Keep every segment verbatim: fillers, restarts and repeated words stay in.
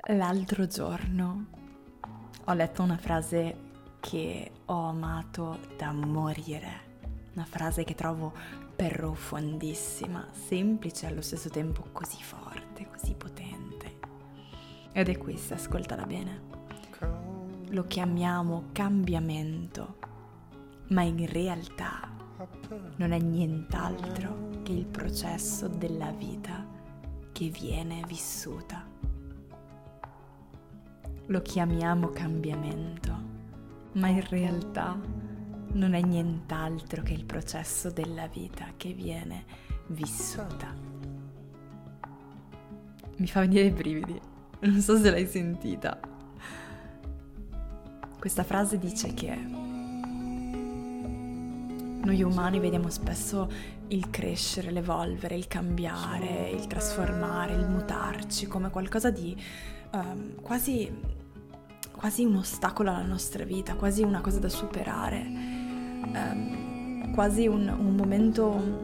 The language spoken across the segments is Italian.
L'altro giorno ho letto una frase che ho amato da morire, una frase che trovo profondissima, semplice e allo stesso tempo così forte, così potente. Ed è questa, ascoltala bene. Lo chiamiamo cambiamento, ma in realtà non è nient'altro che il processo della vita che viene vissuta. Lo chiamiamo cambiamento, ma in realtà non è nient'altro che il processo della vita che viene vissuta. Mi fa venire i brividi, non so se l'hai sentita. Questa frase dice che noi umani vediamo spesso il crescere, l'evolvere, il cambiare, il trasformare, il mutarci come qualcosa di um, quasi... quasi un ostacolo alla nostra vita, quasi una cosa da superare, um, quasi un, un momento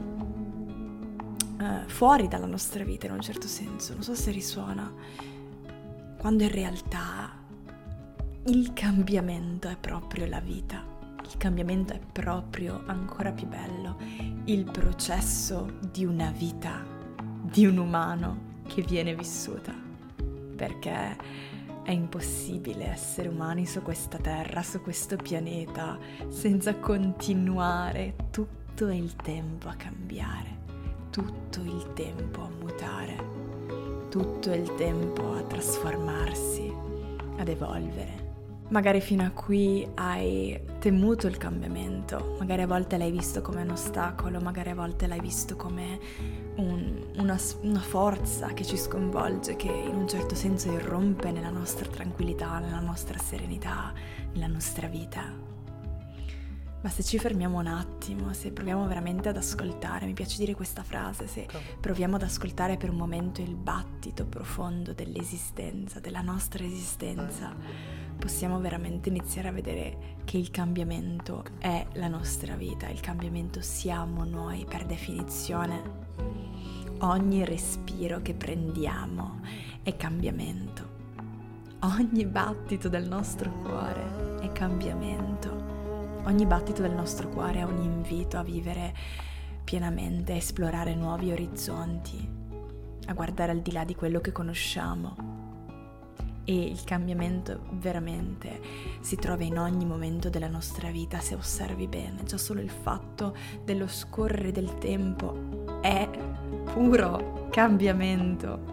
uh, fuori dalla nostra vita in un certo senso, non so se risuona, quando in realtà il cambiamento è proprio la vita, il cambiamento è proprio, ancora più bello, il processo di una vita, di un umano che viene vissuta, perché è impossibile essere umani su questa terra, su questo pianeta, senza continuare tutto il tempo a cambiare, tutto il tempo a mutare, tutto il tempo a trasformarsi, ad evolvere. Magari fino a qui hai temuto il cambiamento, magari a volte l'hai visto come un ostacolo, magari a volte l'hai visto come un, una, una forza che ci sconvolge, che in un certo senso irrompe nella nostra tranquillità, nella nostra serenità, nella nostra vita. Ma se ci fermiamo un attimo, se proviamo veramente ad ascoltare, mi piace dire questa frase, se proviamo ad ascoltare per un momento il battito profondo dell'esistenza, della nostra esistenza, possiamo veramente iniziare a vedere che il cambiamento è la nostra vita, il cambiamento siamo noi per definizione. Ogni respiro che prendiamo è cambiamento, ogni battito del nostro cuore è cambiamento. Ogni battito del nostro cuore è un invito a vivere pienamente, a esplorare nuovi orizzonti, a guardare al di là di quello che conosciamo. E il cambiamento veramente si trova in ogni momento della nostra vita, se osservi bene. Già solo il fatto dello scorrere del tempo è puro cambiamento.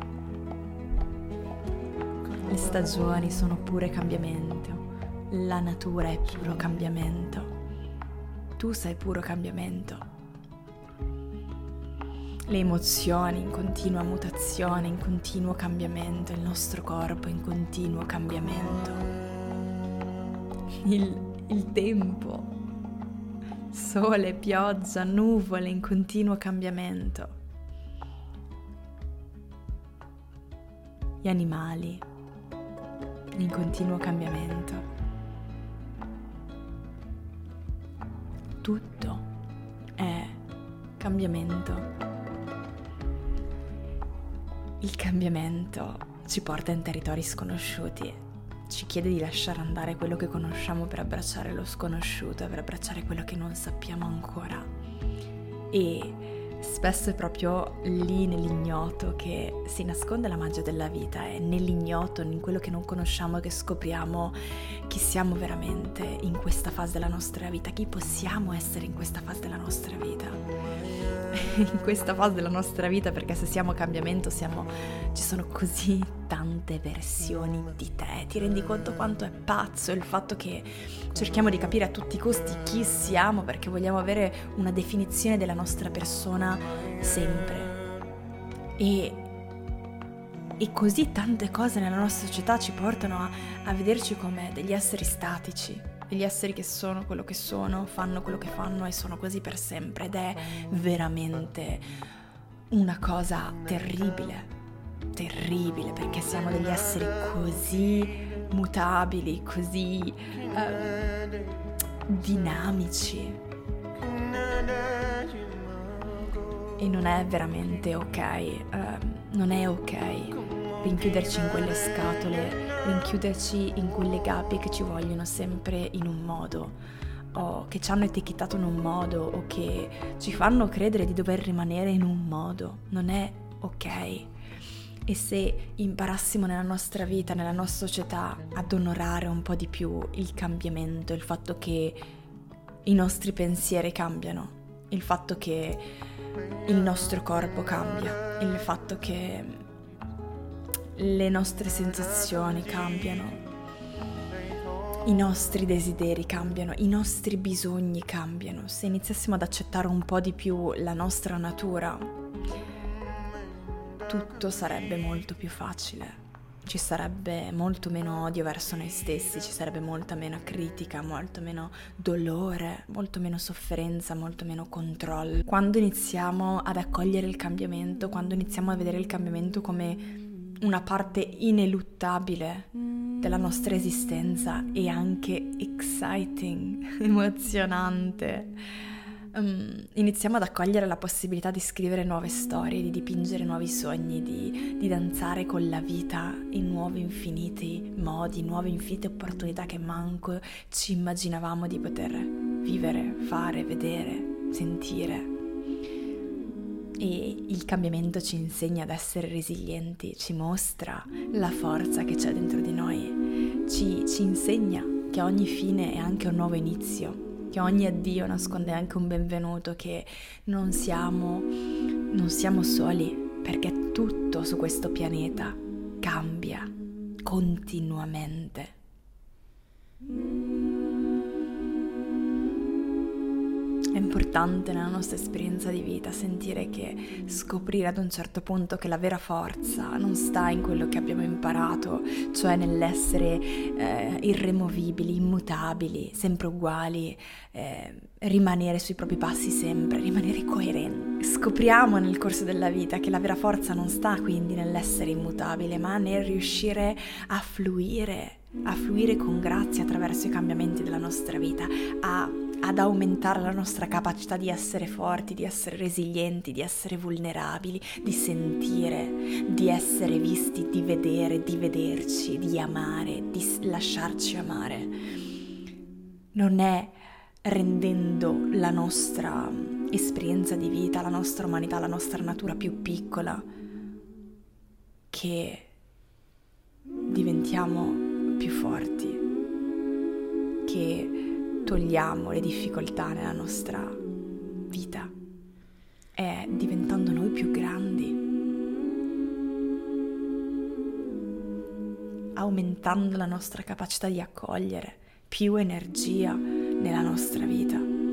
Le stagioni sono pure cambiamento. La natura è puro cambiamento. Tu sei puro cambiamento. Le emozioni in continua mutazione, in continuo cambiamento, il nostro corpo in continuo cambiamento. Il, il tempo, sole, pioggia, nuvole in continuo cambiamento. Gli animali in continuo cambiamento. Tutto è cambiamento. Il cambiamento ci porta in territori sconosciuti, ci chiede di lasciare andare quello che conosciamo per abbracciare lo sconosciuto, per abbracciare quello che non sappiamo ancora. E spesso è proprio lì nell'ignoto che si nasconde la magia della vita, è nell'ignoto, in quello che non conosciamo, che scopriamo chi siamo veramente in questa fase della nostra vita, chi possiamo essere in questa fase della nostra vita. In questa fase della nostra vita, perché se siamo cambiamento siamo, ci sono così tante versioni di te, ti rendi conto quanto è pazzo il fatto che cerchiamo di capire a tutti i costi chi siamo perché vogliamo avere una definizione della nostra persona sempre. E, e così tante cose nella nostra società ci portano a, a vederci come degli esseri statici, degli esseri che sono quello che sono, fanno quello che fanno e sono così per sempre, ed è veramente una cosa terribile, terribile, perché siamo degli esseri così mutabili, così uh, dinamici, e non è veramente ok, uh, non è ok rinchiuderci in quelle scatole, rinchiuderci in quelle gabbie che ci vogliono sempre in un modo, o che ci hanno etichettato in un modo, o che ci fanno credere di dover rimanere in un modo. Non è ok. E se imparassimo nella nostra vita, nella nostra società, ad onorare un po' di più il cambiamento, il fatto che i nostri pensieri cambiano, il fatto che il nostro corpo cambia, il fatto che le nostre sensazioni cambiano, i nostri desideri cambiano, i nostri bisogni cambiano, se iniziassimo ad accettare un po' di più la nostra natura, tutto sarebbe molto più facile. Ci sarebbe molto meno odio verso noi stessi, ci sarebbe molta meno critica, molto meno dolore, molto meno sofferenza, molto meno controllo. Quando iniziamo ad accogliere il cambiamento, quando iniziamo a vedere il cambiamento come una parte ineluttabile della nostra esistenza e anche exciting, emozionante, Um, iniziamo ad accogliere la possibilità di scrivere nuove storie, di dipingere nuovi sogni, di, di danzare con la vita in nuovi infiniti modi, nuove infinite opportunità che manco ci immaginavamo di poter vivere, fare, vedere, sentire. E il cambiamento ci insegna ad essere resilienti, ci mostra la forza che c'è dentro di noi, ci, ci insegna che ogni fine è anche un nuovo inizio, che ogni addio nasconde anche un benvenuto, che non siamo, non siamo soli, perché tutto su questo pianeta cambia continuamente. È importante nella nostra esperienza di vita sentire che scoprire ad un certo punto che la vera forza non sta in quello che abbiamo imparato, cioè nell'essere eh, irremovibili, immutabili, sempre uguali, eh, rimanere sui propri passi sempre, rimanere coerenti. Scopriamo nel corso della vita che la vera forza non sta quindi nell'essere immutabile, ma nel riuscire a fluire, a fluire con grazia attraverso i cambiamenti della nostra vita, a ad aumentare la nostra capacità di essere forti, di essere resilienti, di essere vulnerabili, di sentire, di essere visti, di vedere, di vederci, di amare, di lasciarci amare. Non è rendendo la nostra esperienza di vita, la nostra umanità, la nostra natura più piccola che diventiamo più forti, che togliamo le difficoltà nella nostra vita, è diventando noi più grandi, aumentando la nostra capacità di accogliere più energia nella nostra vita.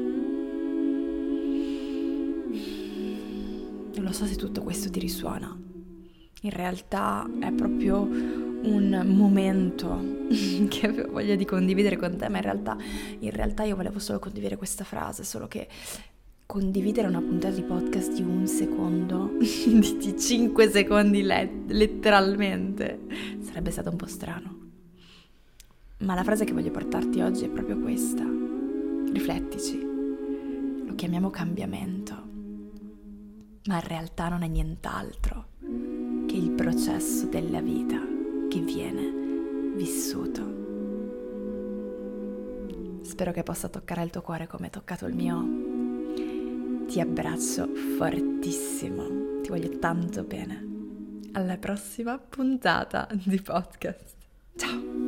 Non lo so se tutto questo ti risuona. In realtà è proprio un momento che avevo voglia di condividere con te, ma in realtà, in realtà io volevo solo condividere questa frase, solo che condividere una puntata di podcast di un secondo, di cinque secondi let- letteralmente, sarebbe stato un po' strano. Ma la frase che voglio portarti oggi è proprio questa. Riflettici. Lo chiamiamo cambiamento, ma in realtà non è nient'altro che il processo della vita che viene vissuto. Spero che possa toccare il tuo cuore come ha toccato il mio. Ti abbraccio fortissimo, ti voglio tanto bene. Alla prossima puntata di podcast. Ciao!